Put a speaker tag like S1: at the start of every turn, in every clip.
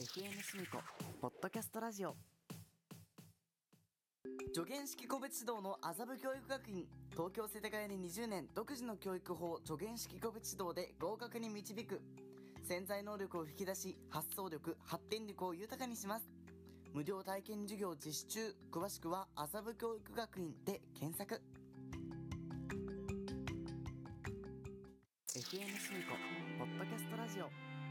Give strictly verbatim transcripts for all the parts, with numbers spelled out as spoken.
S1: エフエム シミコポッドキャストラジオ。助言式個別指導の麻布教育学院、東京世田谷ににじゅうねん独自の教育法助言式個別指導で合格に導く。潜在能力を引き出し、発想力発展力を豊かにします。無料体験授業実施中。詳しくは麻布教育学院で検索。 エフエム シミコポッドキャストラジオ。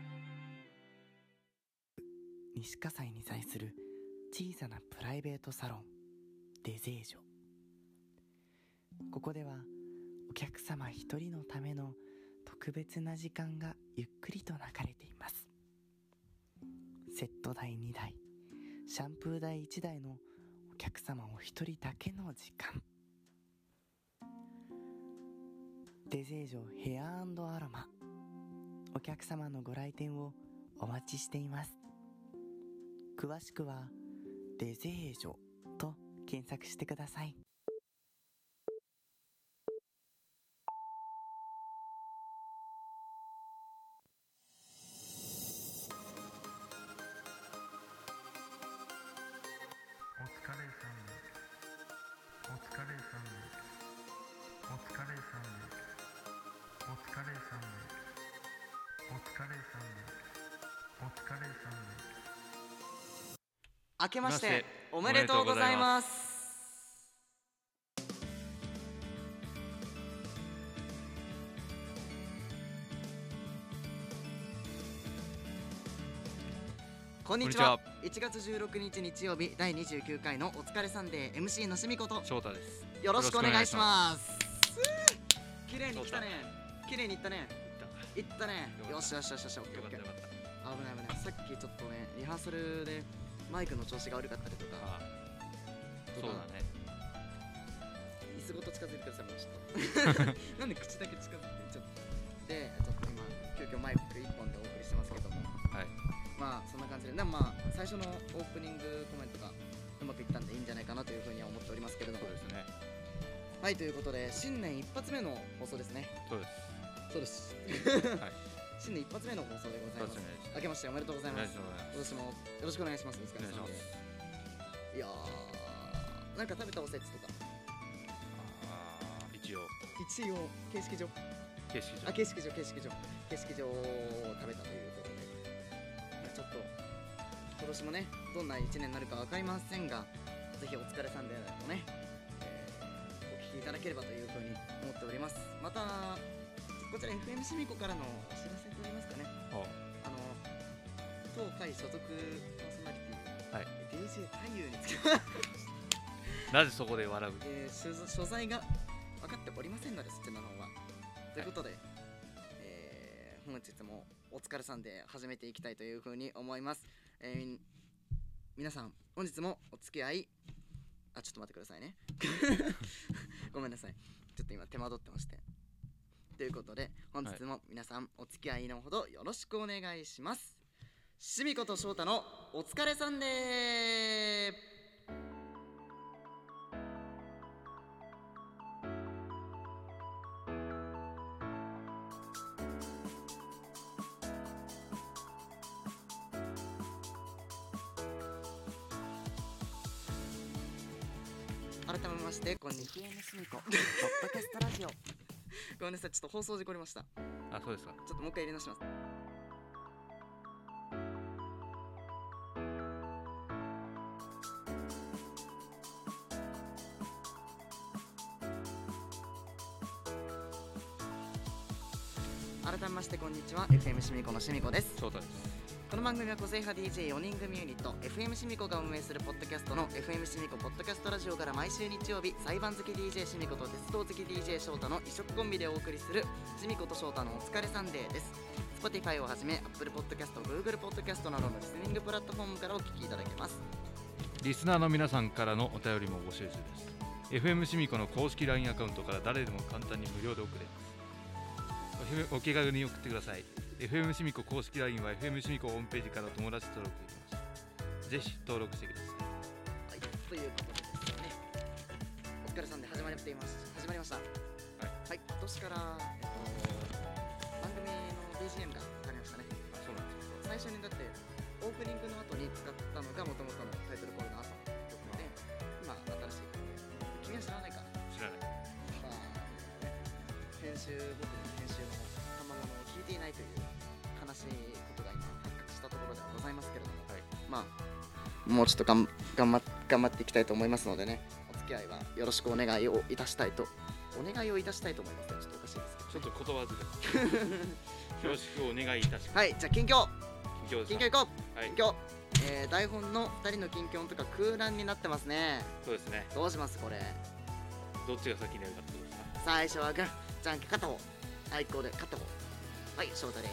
S1: 西葛西に在する小さなプライベートサロンデゼージョ。ここではお客様一人のための特別な時間がゆっくりと流れています。セット代にだい、シャンプー代いちだいのお客様お一人だけの時間。デゼージョヘア&アロマ、お客様のご来店をお待ちしています。詳しくはデゼージョと検索してください。
S2: お疲れさんです。お疲れさんです。お疲れさんです。お疲れさんです。お疲れさんです。お疲れさんです。
S1: 明けましておめでとうございます。こんにちは。いちがつじゅうろくにち日曜日だいにじゅうきゅうかいのお疲れサンデー エムシー のしみこと
S3: 翔太です。
S1: よろしくお願いします。綺麗に来たね。綺麗にいったね。いったね。よしよしよしよし。よかったよかった。危ない危ない。さっきちょっとねリハーサルでマイクの調子が悪かったりとか。
S3: ああそうだね。
S1: 椅子ごと近づいてください。もうちょっとなんで口だけ近づいてちょっとでちょっと今急遽マイクいっぽんでお送りしてますけども、
S3: はい、
S1: まあそんな感じで、でもまあ最初のオープニングコメントがうまくいったんでいいんじゃないかなというふうには思っておりますけれども。
S3: そうですね。
S1: はい、ということで新年一発目の放送ですね。
S3: そうです
S1: そうです、はい、新年一発目の放送でございます。明けましておめでとうございます。今年もよろしくお願いします。お疲れ様です。いやー、なんか食べたおせちとか。
S3: あー、一応
S1: 一応形式上
S3: 形式上
S1: あ形式上形式上形式上を食べたということで、ちょっと今年もねどんないちねんになるか分かりませんが、ぜひお疲れさんでもね、えー、お聞きいただければというふうに思っております。またこちら エフエム シミコからのお知らせといいますかね、あの当会所属パーソナリティ、はい、ディージェー 太夫につきま
S3: なぜそこで笑う、
S1: えー、所在が分かっておりませんので、そちらの方はということで、はい、えー、本日もお疲れさんで始めていきたいというふうに思います。えー、皆さん本日もお付き合い、あ、ちょっと待ってくださいねごめんなさい、ちょっと今手間取ってまして。ということで本日も皆さんお付き合いのほどよろしくお願いします。しみこと翔太のお疲れさんでー。改めましてこんにちは。エフエム シミコポッドキャストラジオごめんなさい、ちょっと放送事故りました。
S3: あ、そうですか。
S1: ちょっともう一回入れ直します。改めましてこんにちは。 エフエム シミコのしみこです。
S3: 翔太です。
S1: この番組は個性派 ディージェーよにん組ユニット エフエム シミコが運営するポッドキャストの エフエム シミコポッドキャストラジオから毎週日曜日、裁判好き ディージェー シミコと鉄道好き ディージェー 翔太の異色コンビでお送りするシミコと翔太のお疲れサンデーです。 Spotify をはじめ Apple Podcast、Google Podcast などのリスニングプラットフォームからお聞きいただけます。
S3: リスナーの皆さんからのお便りも募集中です。 エフエム シミコの公式 ライン アカウントから誰でも簡単に無料で送れます。お気軽に送ってください。エフエム シミコ公式 ライン は エフエム シミコホームページから友達登録できます。ぜひ登録してください。
S1: はい、ということでですね、お疲れさんで始まりました始まりました。はい、はい、今年から、えっと、番組の ビージーエム が変わりましたね。
S3: あ、そうなんですか。
S1: 最初にだってオオープニングの後に使ったのがもともとのタイトルコールの後の曲で、今新しい曲で、君は知らないか。
S3: 知らない。
S1: まあ編集僕の編集の賜物を聞いていないという悲しいことが今発覚したところではございますけれども、
S3: はい、
S1: まあもうちょっとがん頑張頑張っていきたいと思いますのでね、お付き合いはよろしくお願いをいたしたいとお願いをいたしたいと思いますね。ちょっとおかしいですけど、
S3: ちょっと言葉遣いよろしくお願いいたします。
S1: はい、じゃあ近況
S3: 近況ですか。
S1: 近況行こう、
S3: はい、
S1: 近況、えー、台本のふたりの近況とか空欄になってますね。
S3: そうですね。
S1: どうしますこれ。
S3: どっちが先にやるかってことですか。
S1: 最初はグーじゃんけん片方、対抗で片方。はい、翔太です。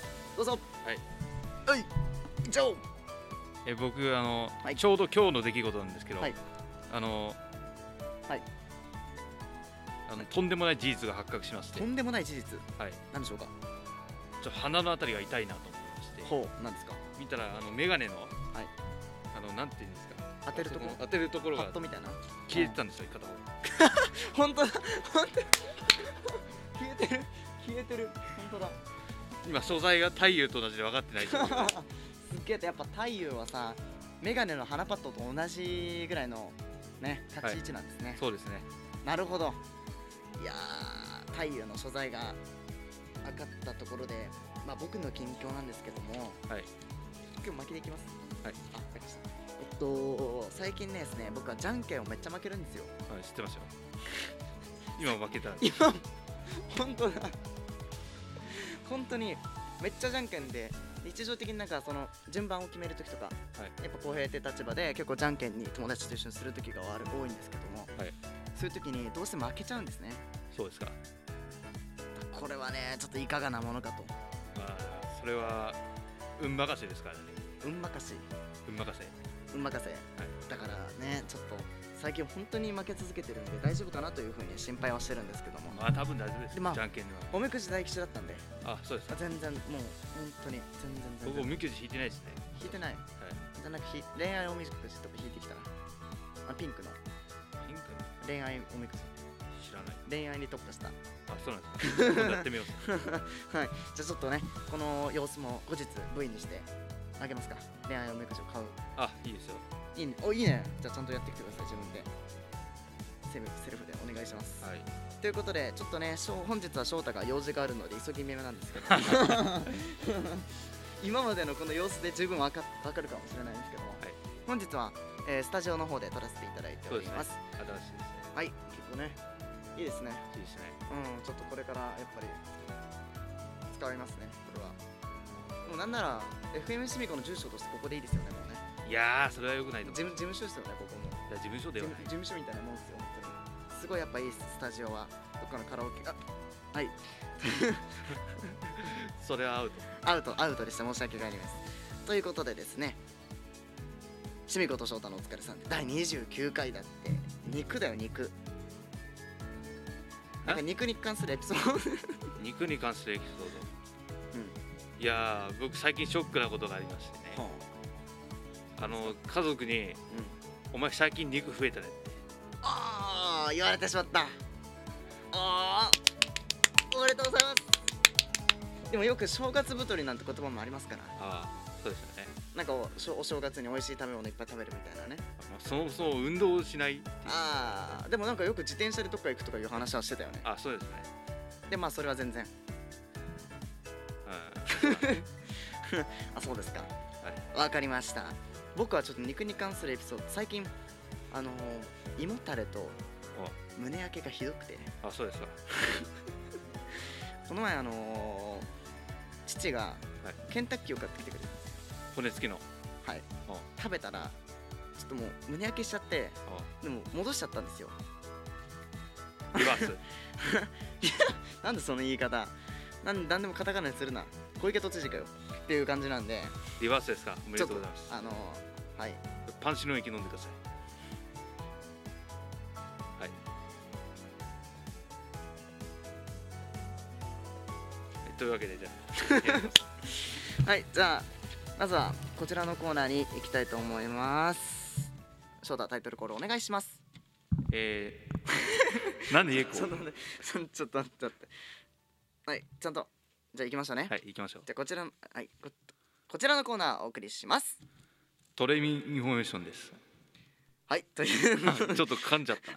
S1: どうぞ。
S3: はい
S1: はいじゃあ
S3: え僕あの、
S1: はい、
S3: ちょうど今日の出来事なんですけど、
S1: はい、
S3: あの
S1: はい
S3: あのとんでもない事実が発覚しまして、
S1: とんでもない事実、
S3: はい、
S1: 何でしょうか。
S3: ちょっと鼻のあたりが痛いなと思いまして、
S1: ほう、なんですか。
S3: 見たらあのメガネの、
S1: はい、
S3: あのなんていうんですか、
S1: 当てるところ、
S3: 当てるところが
S1: パッドみたいな
S3: 消えてたんですよ、片方。
S1: 本当だ、本当だ消えてる消えてる、本当だ。
S3: 今素材が太陽と同じで分かってない状況で
S1: すっげえ、やっぱ太陽はさ、メガネの鼻パッドと同じぐらいのね立ち位置なんですね、はい、
S3: そうですね。
S1: なるほど。いやー、太陽の素材が分かったところで、まあ僕の近況なんですけども、
S3: はい、
S1: 今日負けでいきます。
S3: はい、
S1: あ、分かりました。えっと最近ねですね、僕はじゃんけんをめっちゃ負けるんですよ。
S3: はい、知ってましたよ。今負けた。
S1: 今本当だ本当にめっちゃじゃんけんで、日常的になんかその順番を決めるときとか、はい、やっぱ公平って立場で結構じゃんけんに友達と一緒にするときがある多いんですけども、はい、そういうときにどうしても負けちゃうんですね。
S3: そうですか。
S1: これはね、ちょっといかがなものかと。
S3: まあそれは運任せですからね。
S1: 運任せ
S3: 運任せ
S1: 運任せ、はい、だからね、ちょっと最近本当に負け続けてるんで大丈夫かなというふうに心配はしてるんですけども、
S3: まあ多分大丈夫です。
S1: で、まあ、
S3: じゃんけんでは
S1: おみくじ大吉だったんで。
S3: あ、そうですか。
S1: 全然もう本当に全然全然
S3: 僕おみくじ引いてないですね。
S1: 引いてない、はい、じゃなくひ恋愛おみくじとか引いてきたら、あ、ピンクの
S3: ピンクの
S1: 恋愛おみくじ、
S3: 知らない。
S1: 恋愛に特化した。
S3: あ、そうなんですか。今度やってみよ
S1: うはい、じゃあちょっとね、この様子も後日 ブイ にしてあげますか。恋愛おみくじを買う。
S3: あ、いいですよ。
S1: いいね、お、いいね。じゃあちゃんとやってきてください、自分でセルセルフでお願いします。はい、ということで、ちょっとね、本日は翔太が用事があるので急ぎ目なんですけど今までのこの様子で十分わかわかるかもしれないんですけども、はい、本日は、えー、スタジオの方で撮らせていただいております。
S3: そうですね、新しいですね。
S1: はい、結構ね、いいですね。
S3: いいですね。
S1: うん、ちょっとこれからやっぱり使いますね、これは。もうなんなら エフエム シミコの住所としてここでいいですよね、もうね。
S3: いやー、それは良くないと思う。
S1: 事務所ですよね、ここも。
S3: いや、事務所ではない。
S1: 事務所みたいなもんですよ、本当に。すごいやっぱいいスタジオは、どっかのカラオケ、あ、はい。
S3: それはアウト。
S1: アウト、アウトでして申し訳ございません。ということでですね、シミコと翔太のお疲れさんでだいにじゅうきゅうかいだって。肉だよ、肉。なんか肉に関するエピソード
S3: 肉に関するエピソード、うん、いやー、僕最近ショックなことがありましてね、はあ、あの家族に、うん、お前最近肉増えたねって
S1: ああ言われてしまった。ああおめでとうございます。でもよく正月太りなんて言葉もありますから。
S3: ああ、そうですよね。
S1: なんか お, お正月に美味しい食べ物いっぱい食べるみたいなね。
S3: そもそも運動をしない。
S1: ああでもなんかよく自転車でどっか行くとかいう話はしてたよね。
S3: あ、そうですね。
S1: でまあそれは全然あ、そうですか。わ、はい、かりました。僕はちょっと肉に関するエピソード、最近あのー、胃もたれと胸焼けがひどくて。
S3: あ、そうですか。
S1: この前あのー、父がケンタッキーを買ってきてくれたんですよ。
S3: 骨付きの。
S1: はい。食べたらちょっともう胸焼けしちゃって、でも戻しちゃったんですよ。
S3: リバース。
S1: いや、なんでその言い方。なんなんでもカタカナにするな。小池都知事かよっていう感じなんで。
S3: リバースですか。おめでとうございます。
S1: あのー、はい。
S3: パンチの液飲んでください。はい。というわけでじゃ
S1: あはい、じゃあまずはこちらのコーナーに行きたいと思います。翔太、タイトルコールお願いします。
S3: えー、なんでエコー
S1: ちょっと待ってちょっと待ってはい、ちゃんとじゃあ行きましたね。
S3: はい、行きましょう。
S1: じゃあこちらはいここちらのコーナーお送りします。
S3: トレミインフォメーションです。
S1: はいという
S3: ちょっと噛んじゃった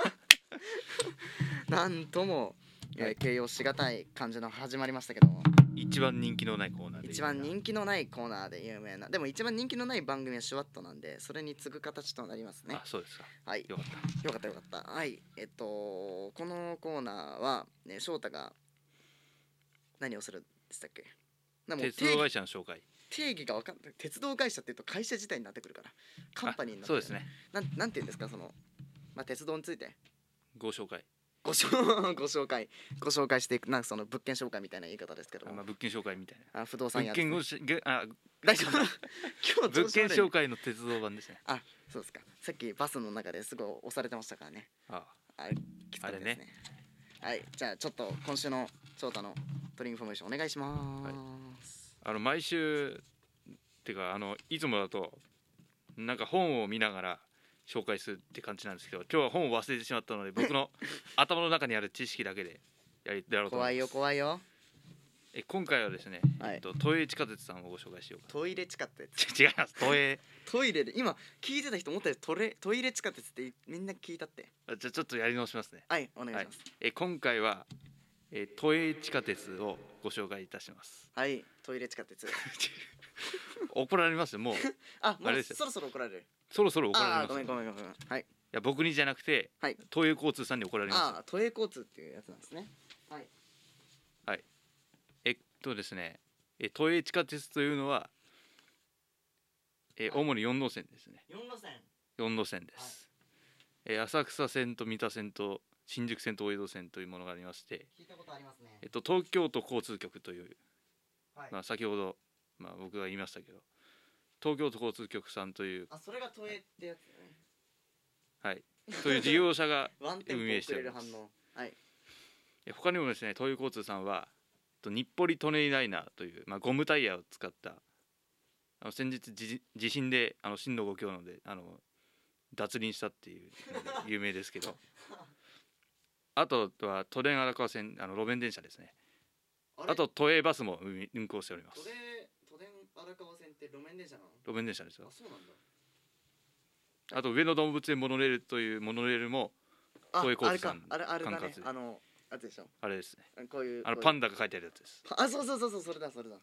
S3: な
S1: なんとも、えー
S3: はい
S1: 形容しがたい感じの始まりましたけども、
S3: 一番人気のないコーナーで
S1: 一番人気のないコーナーで有名な、でも一番人気のない番組はシュワットなんで、それに次ぐ形となりますね
S3: あ、。そうですか。
S1: はい、
S3: よかった。
S1: よかったよかった。はい、えっとこのコーナーはね、翔太が何をするんでしたっけ？なもう
S3: 鉄道会社の紹介。
S1: 定義が分かんない。鉄道会社っていうと会社自体になってくるからカンパニーになってくる。
S3: そうですね。
S1: なんなんていうんですか、その、まあ、鉄道について
S3: ご紹介。
S1: ご紹ご紹介ご紹介していく、なんかその物件紹介みたいな言い方ですけども、
S3: あまあ物件紹介みたいな。
S1: あ不動産屋ですね
S3: 物件ごしげあ
S1: 大丈夫今日
S3: 物件紹
S1: 介
S3: 介の鉄道版ですね。
S1: あ、そうですか。さっきバスの中ですごい押されてましたからね。
S3: あ
S1: あれきつかったですね。はい、じゃあちょっと今週の翔太のトリインフォメーションお願いします。
S3: あの毎週っていうかあのいつもだとなんか本を見ながら紹介するって感じなんですけど、今日は本を忘れてしまったので僕の頭の中にある知識だけでやりやろうと思
S1: 怖いよ
S3: います。
S1: 怖いよ。
S3: え今回はですね、
S1: はい
S3: えっと都営地下鉄さんをご紹介しようか
S1: トイレ地下鉄。
S3: な。違います。都営。
S1: トイレで今聞いてた人思ったよ。トレトイレ地下鉄ってみんな聞いたって。
S3: あじゃあちょっとやり直しますね。
S1: はいお願いします。
S3: え今回は、え都営地下鉄をご紹介いたします。
S1: はい、トイレ地下鉄。
S3: 怒られますよもう。
S1: あ、もう
S3: あれですよ
S1: そろそろ怒られる。
S3: そろそろ怒ら
S1: あー、
S3: れますよ。
S1: ごめんごめんごめん。はい
S3: いや僕にじゃなくて、
S1: はい。
S3: 都営交通さんに怒られますよ。
S1: あー、都営交通っていうやつなんですね。はい。
S3: えっとですね、え都営地下鉄というのは、え
S1: はい
S3: 主によん路線ですね。
S1: 四路線。
S3: よん路線です。え浅草線と三田線と新宿線と大江戸線というものがありまして、
S1: 聞いたことありますね
S3: えっ。と東京都交通局という、
S1: はい。
S3: まあ先ほどまあ僕が言いましたけど、東京都交通局さんという
S1: あ、それが都営ってやつだね。
S3: はいという事業者が
S1: ワンテンポ
S3: 運営し
S1: 遅れる反
S3: ております。
S1: 応。はい。
S3: え他にもですね、東映交通さんはと日暮里舎人ライナーという、まあ、ゴムタイヤを使ったあの先日地地震であの震度ご強のであの脱輪したっていうので有名ですけどあとは都電荒川線あの路面電車ですね。
S1: あれ
S3: あと都営バスも運運行しております。
S1: 都電都電荒川線って路面電車なの？
S3: 路面電車ですよ
S1: あ、。そうなんだ。
S3: あと上野動物園モノレールというモノレールも
S1: あ、
S3: 都営交
S1: あれか
S3: 通さん。
S1: あれあれだね
S3: 管轄。で
S1: あのやつでしょ。
S3: あれですね、
S1: こういう
S3: あの
S1: こういう
S3: パンダが書いてあるやつです。
S1: パあ、そうそうそうそう、それだそれだ。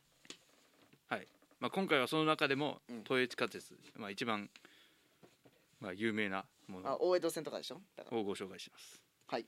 S3: まあ、今回はその中でも
S1: うん
S3: 都営地下鉄、まあ、一番、まあ、有名なも
S1: あ、
S3: の
S1: 大江戸線とかでしょ。だから。
S3: をご紹介します。
S1: はい。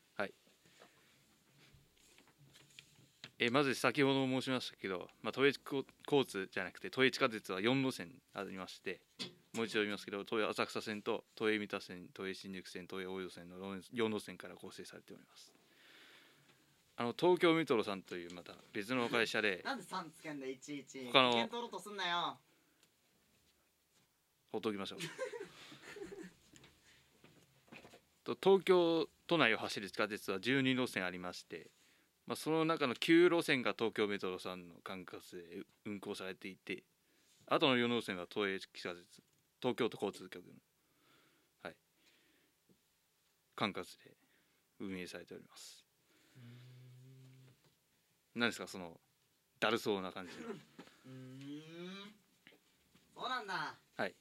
S3: えまず先ほども申しましたけど、まあ、都営交通じゃなくて都営地下鉄はよん路線ありまして、もう一度言いますけど、都営浅草線と都営三田線、都営新宿線、都営大江戸線のよん路線から構成されております。あの東京メトロさんというまた別の会社で
S1: なんでさんつけんだいちいち。
S3: 他の
S1: 検討ろうとすんなよ。
S3: ほっときましょうと東京都内を走る地下鉄はじゅうに路線ありまして、まあ、その中のきゅう路線が東京メトロさんの管轄で運行されていて、あとのよん路線は都営地下鉄東京都交通局の、はい、管轄で運営されております。何ですかそのだるそうな感じの
S1: うーん。そうなんだ。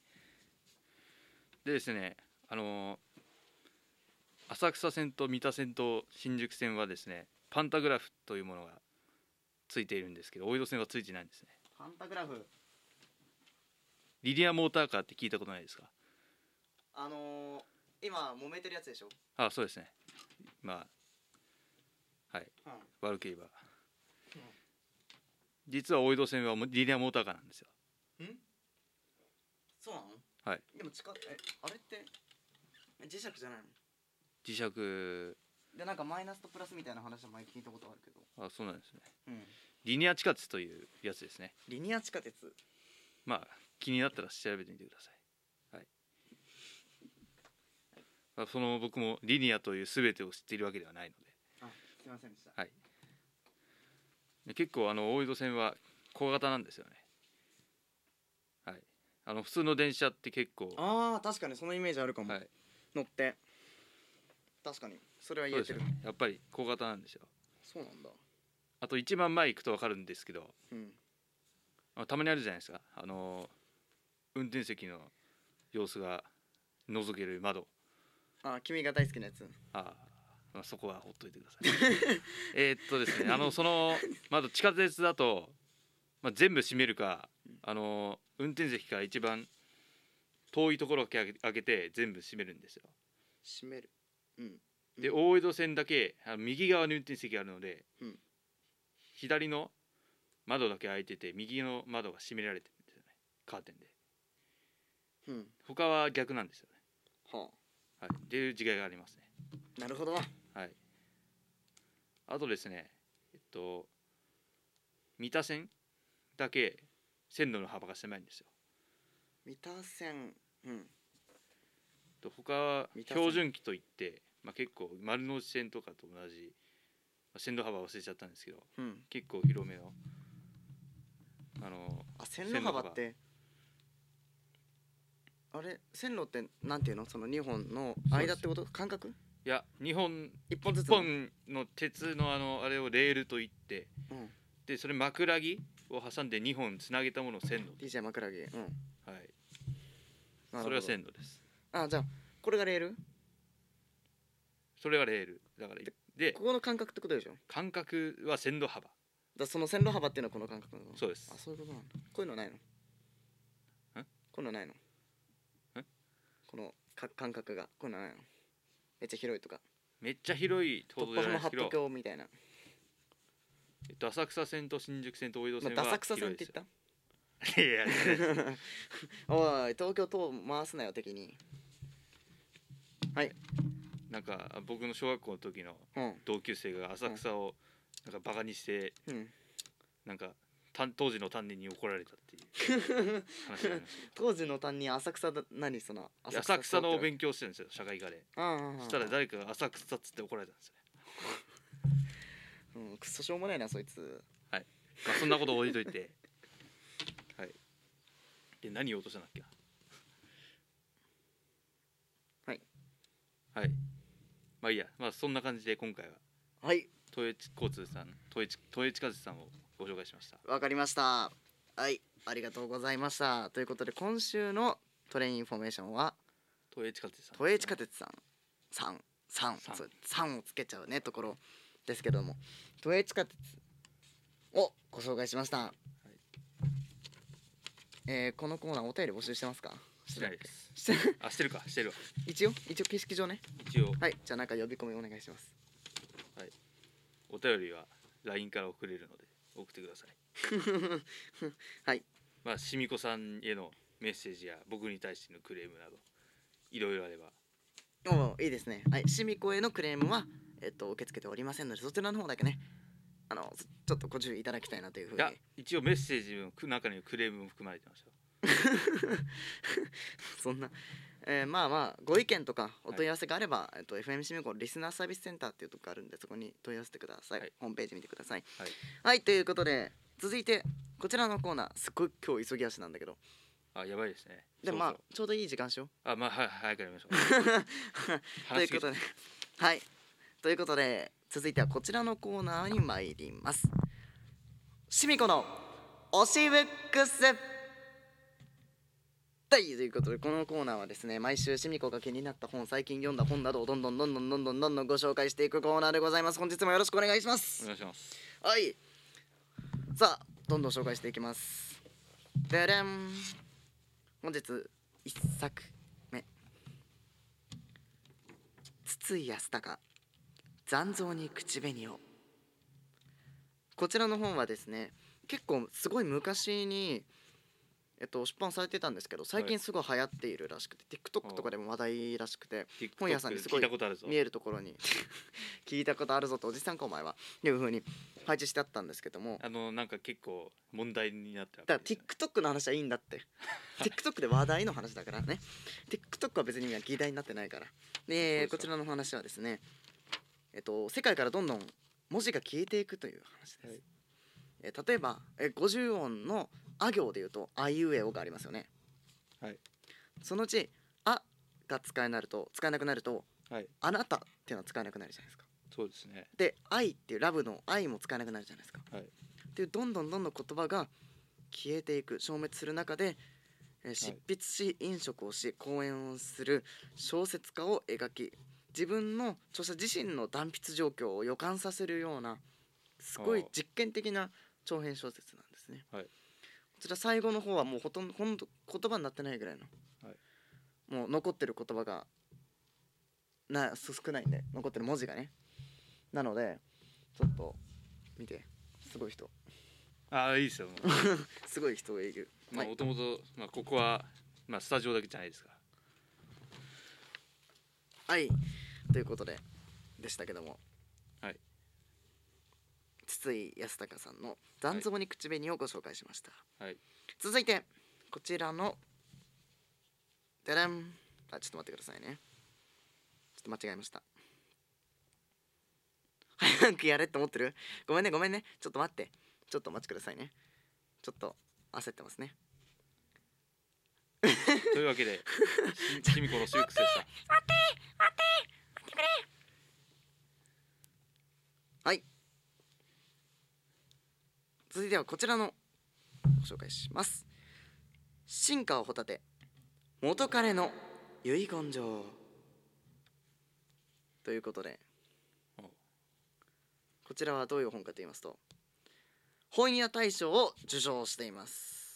S3: でですね、あのー浅草線と三田線と新宿線はですねパンタグラフというものがついているんですけど、大江戸線はついてないんですね。
S1: パンタグラフ。
S3: リニアモーターカーって聞いたことないですか？
S1: あのー、今揉めてるやつでしょ。
S3: あ、そうですね。まあはい、
S1: うん。
S3: 悪く言えば実は大江戸線はリニアモーターカーなんですよ。
S1: そうなの？
S3: はい。
S1: でも近っえあれってえ磁石じゃないの？
S3: 磁石。
S1: でなんかマイナスとプラスみたいな話は前聞いたことあるけど。
S3: あ、そうなんですね。
S1: うん。
S3: リニア地下鉄というやつですね。
S1: リニア地下鉄。
S3: まあ気になったら調べてみてください。はい。まあ、その僕もリニアという全てを知っているわけではないので。
S1: あ、すいませんでした。
S3: はい。で結構あの大江戸線は小型なんですよね。はい。あの普通の電車って結構。
S1: ああ、確かにそのイメージあるかも。
S3: はい。
S1: 乗って確かにそれは言えてる。
S3: そうですよね。やっぱり小型なんですよ。
S1: そうなんだ。
S3: あと一番前行くと分かるんですけど、
S1: うん。
S3: あたまにあるじゃないですか、あの運転席の様子が覗ける窓。
S1: あ、君が大好きなやつ。
S3: あ、まあ、そこはほっといてくださいえーっとですね、あのその窓地下鉄だと、まあ、全部閉めるか、あの運転席から一番遠いところを開け開けて全部閉めるんですよ。
S1: 閉める。うん
S3: で大江戸線だけあの右側に運転席があるので、
S1: うん、
S3: 左の窓だけ開いてて右の窓が閉められてるんですよね、カーテンで。
S1: うん、
S3: 他は逆なんですよね。
S1: は
S3: はい、っていう違いがありますね。
S1: あ、なるほど。
S3: はい。あとですね、えっと三田線だけ線路の幅が狭いんですよ。
S1: 三田線、うん、
S3: と他は
S1: 三田線
S3: 標準機といって、まあ、結構丸ノ内線とかと同じ、まあ、線路幅忘れちゃったんですけど、
S1: うん、
S3: 結構広めのあの
S1: あ、線路幅ってあれ、線路ってなんていうの、そのにほんの間ってこと、間隔？
S3: いやにほん
S1: いっぽんずつ
S3: いっぽんの鉄のあのあれをレールといって、
S1: うん、
S3: でそれ枕木を挟んでにほんつなげたものを線路。
S1: ディージェー 枕木、うん、
S3: はい、
S1: なるほど。
S3: それは線路です。
S1: あ、じゃあこれがレール？
S3: それはレールだから。で
S1: ここの間隔ってことでしょ。
S3: 間隔は線路幅。
S1: だその線路幅っていうのはこの間隔なの。
S3: そうです。
S1: あ、そういうことなんだ。こういうのないの？
S3: ん？
S1: こういうのないの？
S3: ん？
S1: このか間隔がこういうのないの？めっちゃ広いとか。
S3: めっちゃ広いってことじゃないですけど、
S1: 突破の八戸橋みたいな。
S3: えっと、浅草線と新宿線と大江戸
S1: まあ、
S3: 線は
S1: ダサ草線って
S3: 広いです
S1: 言
S3: よ。
S1: った？
S3: いやいや
S1: おい、東京都回すなよ敵に。はい。
S3: なんか僕の小学校の時の
S1: うん
S3: 同級生が浅草をなんかバカにして、
S1: うん。
S3: なんか担当時の担任に怒られたっていう話がありまし
S1: 当時の担任浅草だ、何その
S3: た。浅草の
S1: 勉
S3: 勉強してるんですよ、社会科で。
S1: ああ、
S3: そしたら誰かが浅草っつって怒られたんですよね。
S1: うん、くっそしょうもないなそいつ。
S3: はい、まあ、そんなこと置いといてはい。で何言おうとしたんだっけな。
S1: はい
S3: はい。まあいいや、まあそんな感じで今回は
S1: はい、
S3: 都営交通さん、都営都営地下鉄さんをご紹介しました。
S1: わかりました。はい、ありがとうございました。ということで今週のトレインインフォメーションは
S3: 都営地下鉄さん、
S1: 都営地下鉄さんさんさん
S3: さん
S1: そうさんをつけちゃうねところですけども、都営地下鉄をご紹介しました。えー、このコーナーお便り募集してますか？
S3: してないです。
S1: してない
S3: あ、してるか、してるわ。
S1: 一応一応形式上ね。
S3: 一応
S1: はい、じゃあなんか呼び込みお願いします。
S3: お便りは ライン から送れるので送ってください。
S1: はい、
S3: まあしみこさんへのメッセージや僕に対してのクレームなどいろいろあれば。
S1: おーいいですね。はい、しみこへのクレームはえっと受け付けておりませんので、そちらの方だけね、あのちょっとご注意いただきたいなというふうに。
S3: いや、一応メッセージの中にクレームも含まれてましたよ。
S1: そんな、えー、まあまあご意見とかお問い合わせがあれば、はい、えっと エフエム しみこリスナーサービスセンターっていうところがあるんで、そこに問い合わせてください。はい、ホームページ見てください。
S3: はい、
S1: はい、ということで続いてこちらのコーナー、すっごい今日急ぎ足なんだけど、
S3: あ、やばいですね。
S1: でもまあ
S3: そうそう
S1: ちょうどいい時間しよう。
S3: あ、まあはい、早くやりましょう。
S1: ということで、はい、ということで続いてはこちらのコーナーに参ります。しみこの推しブックス。はい、ということでこのコーナーはですね、毎週しみこが気になった本、最近読んだ本などをどんどんどんどんどんどんどんどんご紹介していくコーナーでございます。本日もよろしくお願いしま
S3: お
S1: す。
S3: 願いします。
S1: はい、さあどんどん紹介していきます。でれん、本日一作目、筒井康隆、残像に口紅を。こちらの本はですね、結構すごい昔にえっと、出版されてたんですけど、最近すごい流行っているらしくて、はい、TikTok とかでも話題らしくて、本屋さんにすごい見えるところに聞いたことあるぞと、おじさんかお前はいう風に配置してあったんですけども、
S3: あのなんか結構問題になってる、
S1: だから TikTok の話はいいんだって。TikTok で話題の話だからね。TikTok は別に議題になってないから。で、こちらの話はですね、えっと世界からどんどん文字が消えていくという話です。はい、え例えばえごじゅう音のあ行でいうとあいうえおがありますよね。
S3: はい、
S1: そのうちあが使えなると使えなくなると、
S3: はい、
S1: あなたっていうのは使えなくなるじゃないですか。
S3: そうですね。
S1: で愛っていうラブの愛も使えなくなるじゃないですか。
S3: はい、
S1: っていうどんどんどんどん言葉が消えていく、消滅する中で、えー執筆し飲食をし講演をする小説家を描き、自分の著者自身の断筆状況を予感させるようなすごい実験的な長編小説なんですね。
S3: はい、
S1: こちら最後の方はもうほとんどほんと言葉になってないぐらいの、
S3: はい、
S1: もう残ってる言葉がな少ないんで、残ってる文字がね、なのでちょっと見て、すごい人
S3: ああいいですよ。
S1: すごい人がいる。
S3: まあもともとここはまあスタジオだけじゃないですか。
S1: はいということででしたけども、
S3: はい、
S1: 筒井康隆さんの「残像に口紅」をご紹介しました。
S3: はい、
S1: 続いてこちらのでらん、あ、ちょっと待ってくださいね、ちょっと間違えました。早くやれって思ってる？ごめんねごめんね、ちょっと待って、ちょっとお待ちくださいね。ちょっと焦ってますね。
S3: というわけでしみこのシュークスでした。
S1: 待って待って待ってくれ。はい、続いてはこちらのご紹介します。新川ホタテ元彼の遺言状ということで、こちらはどういう本かと言いますと、本屋大賞を受賞しています。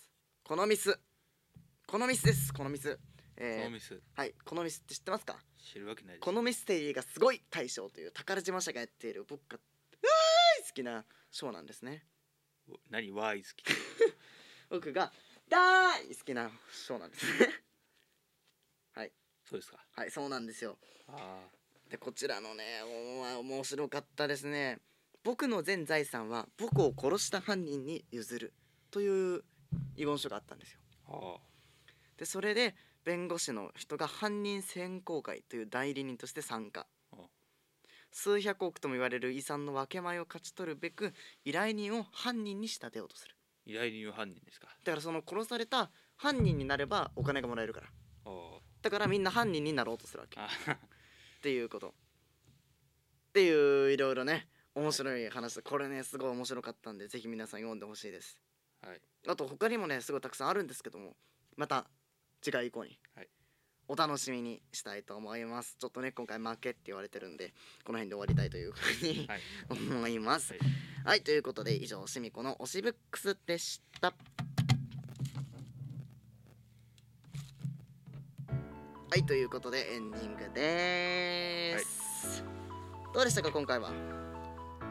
S1: このミスこのミスですこのミス、えー、
S3: このミス、
S1: はい、このミスって知ってますか？
S3: 知るわけないです。
S1: このミステリーがすごい大賞という宝島社がやっている僕が大好きな賞なんですね。
S3: 何ワイ好き
S1: 僕が大好きな賞なんですね。はい、
S3: そうですか。
S1: はい、そうなんですよ。
S3: あ
S1: でこちらのね、お面白かったですね。僕の全財産は僕を殺した犯人に譲るという遺言書があったんですよ。
S3: あ、
S1: でそれで弁護士の人が犯人選考会という代理人として参加。
S3: ああ、
S1: 数百億とも言われる遺産の分け前を勝ち取るべく依頼人を犯人に仕立てようとする。
S3: 依頼人は犯人ですか。
S1: だからその殺された犯人になればお金がもらえるから、
S3: ああ、
S1: だからみんな犯人になろうとするわけっ
S3: あ
S1: ていうことっていう、いろいろね面白い話で、これねすごい面白かったんでぜひ皆さん読んでほしいです。
S3: はい、
S1: あと他にもねすごいたくさんあるんですけども、また次回以降に
S3: はい、
S1: お楽しみにしたいと思います。ちょっとね今回負けって言われてるんでこの辺で終わりたいというふうに、
S3: はい、
S1: 思います。
S3: はい、
S1: はい、ということで以上しみこの推しブックスでした。はい、ということでエンディングでーす、はい、どうでしたか今回は。
S3: はい、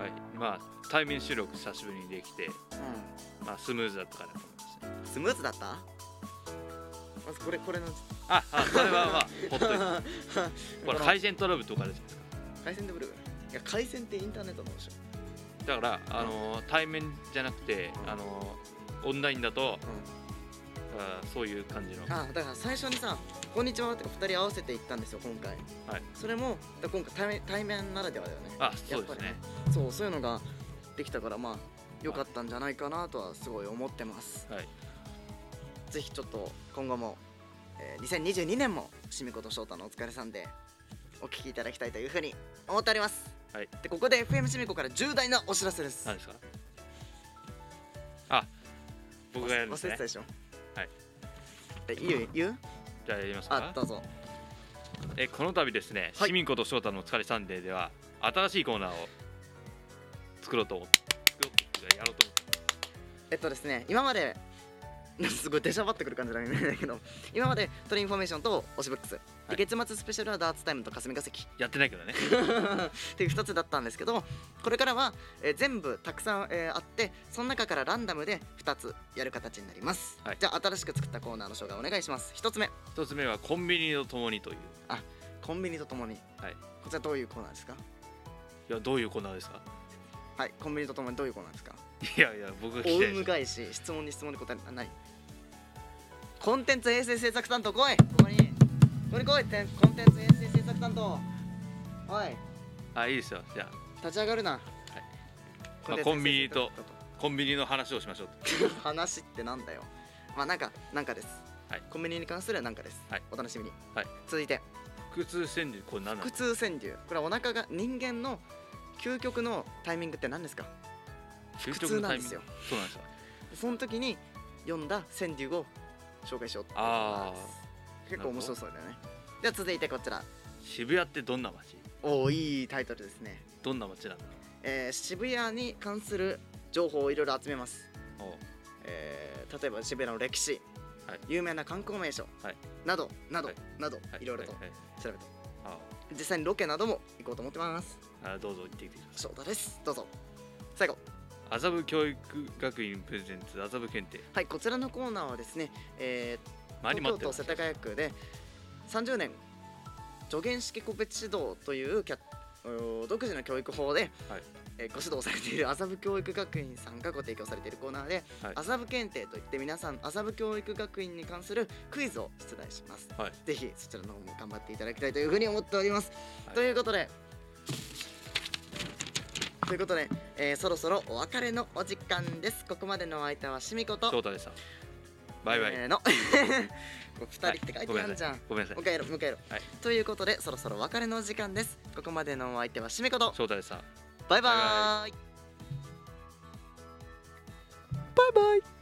S3: まあ対面収録久しぶりにできて、
S1: う
S3: まあスムーズだったかなと思いますね。
S1: ん、スムーズだった。まずこれこれの
S3: ああ、それはまあほっといてほら回線トラブルとかあるじゃないですか。
S1: 回線でブルー、いや回線ってインターネットのでしょ。
S3: だからあのー、対面じゃなくて、
S1: うん、
S3: あのー、オンラインだと、
S1: うん、
S3: あそういう感じの。
S1: あだから最初にさこんにちはってふたり合わせて行ったんですよ今回。
S3: はい、そ
S1: れもだ今回対面、対面ならではだよね。
S3: あ、そうですね。
S1: そうそういうのができたからまあ良かったんじゃないかなとはすごい思ってます。
S3: はい、
S1: ぜひちょっと今後も、えー、にせんにじゅうにねんもしみこと翔太のお疲れさんでお聞きいただきたいというふうに思っております。
S3: はい、
S1: でここで エフエム しみこから重大なお知らせです。
S3: 何ですか。あ、僕がやるんですね。
S1: 忘れてたでしょ。
S3: はい。
S1: え、いいよ言う？
S3: じゃあやりますか。
S1: あ、どうぞ。
S3: えこの度ですね、
S1: はい、
S3: しみこと翔太のお疲れサンデーでは新しいコーナーを作ろうと思って作ろうとやろうと思って
S1: えっとですね今まですごい出しゃばってくる感じなんだけど、今までトリインフォメーションと推しブックス、はい、月末スペシャルはダーツタイムと霞が関
S3: やってないけどね
S1: っていうふたつだったんですけど、これからは、えー、全部たくさん、えー、あってその中からランダムでふたつやる形になります。はい、じゃあ新しく作ったコーナーの紹介お願いします。ひとつめ
S3: ひとつめはコンビニとともにという。
S1: あ、コンビニとともに、はい、こちらどういうコーナーですか。
S3: いや、どういうコーナーですか。
S1: はい、コンビニとともにどういうコーナーですか。
S3: いやいや、僕が聞きたいです。
S1: おうむ返し、質問に質問に答える。何コンテンツ衛星制作担当来い、ここにここに来いって、コンテンツ衛星制作担当おい。
S3: あ、いいですよ。じゃあ
S1: 立ち上がるな。はい、
S3: まあ、コンビニとコンビニの話をしましょう
S1: 話ってなんだよ。まあなんかなんかです。はい、コンビニに関するなんかです。はい、お楽しみに。はい、続いて
S3: 腹痛川柳。これ何なんですか。
S1: 腹痛川柳、これはお腹が人間の究極のタイミングって何ですか。腹痛なんですよ。
S3: そうなんですよ。
S1: その時に読んだ川柳を紹介しようと思い
S3: あ
S1: ます。結構面白そうだよね。では続いてこちら。
S3: 渋谷ってどんな街？
S1: おお、いいタイトルですね。
S3: どんな街なんだ？
S1: えー、渋谷に関する情報をいろいろ集めます。
S3: おう
S1: えー、例えば渋谷の歴史、
S3: はい
S1: 有名な観光名所、
S3: はい
S1: などなど、
S3: はい
S1: など、
S3: はい
S1: いろいろと
S3: はいはい
S1: 調べて、
S3: あ
S1: 実際にロケなども行こうと思ってます。
S3: あどうぞ行ってきてください。
S1: 翔太です。どうぞ。最後。
S3: 麻布教育学院プレゼンツ麻布検定。
S1: はい、こちらのコーナーはですね、えー、
S3: 何待ってる
S1: 東京都世田谷区でさんじゅうねん助言式個別指導というキャお独自の教育法で、
S3: はい
S1: えーご指導されている麻布教育学院さんがご提供されているコーナーで、
S3: はい
S1: 麻布検定といって皆さん麻布教育学院に関するクイズを出題します。
S3: はい
S1: ぜひそちらの方も頑張っていただきたいというふうに思っております。
S3: はい、
S1: ということでということで、えーそろそろお別れのお時間です。ここまでのお相手はしみこと
S3: 翔太でした。バイバイ。
S1: せーのふたりって書いてあるじゃん。
S3: ごめんなさい。
S1: もう一回やろうもう一回やろう、
S3: はい
S1: ということでそろそろお別れのお時間です。ここまでのお相手はしみこと
S3: 翔太でした。
S1: バイバーイバイバイ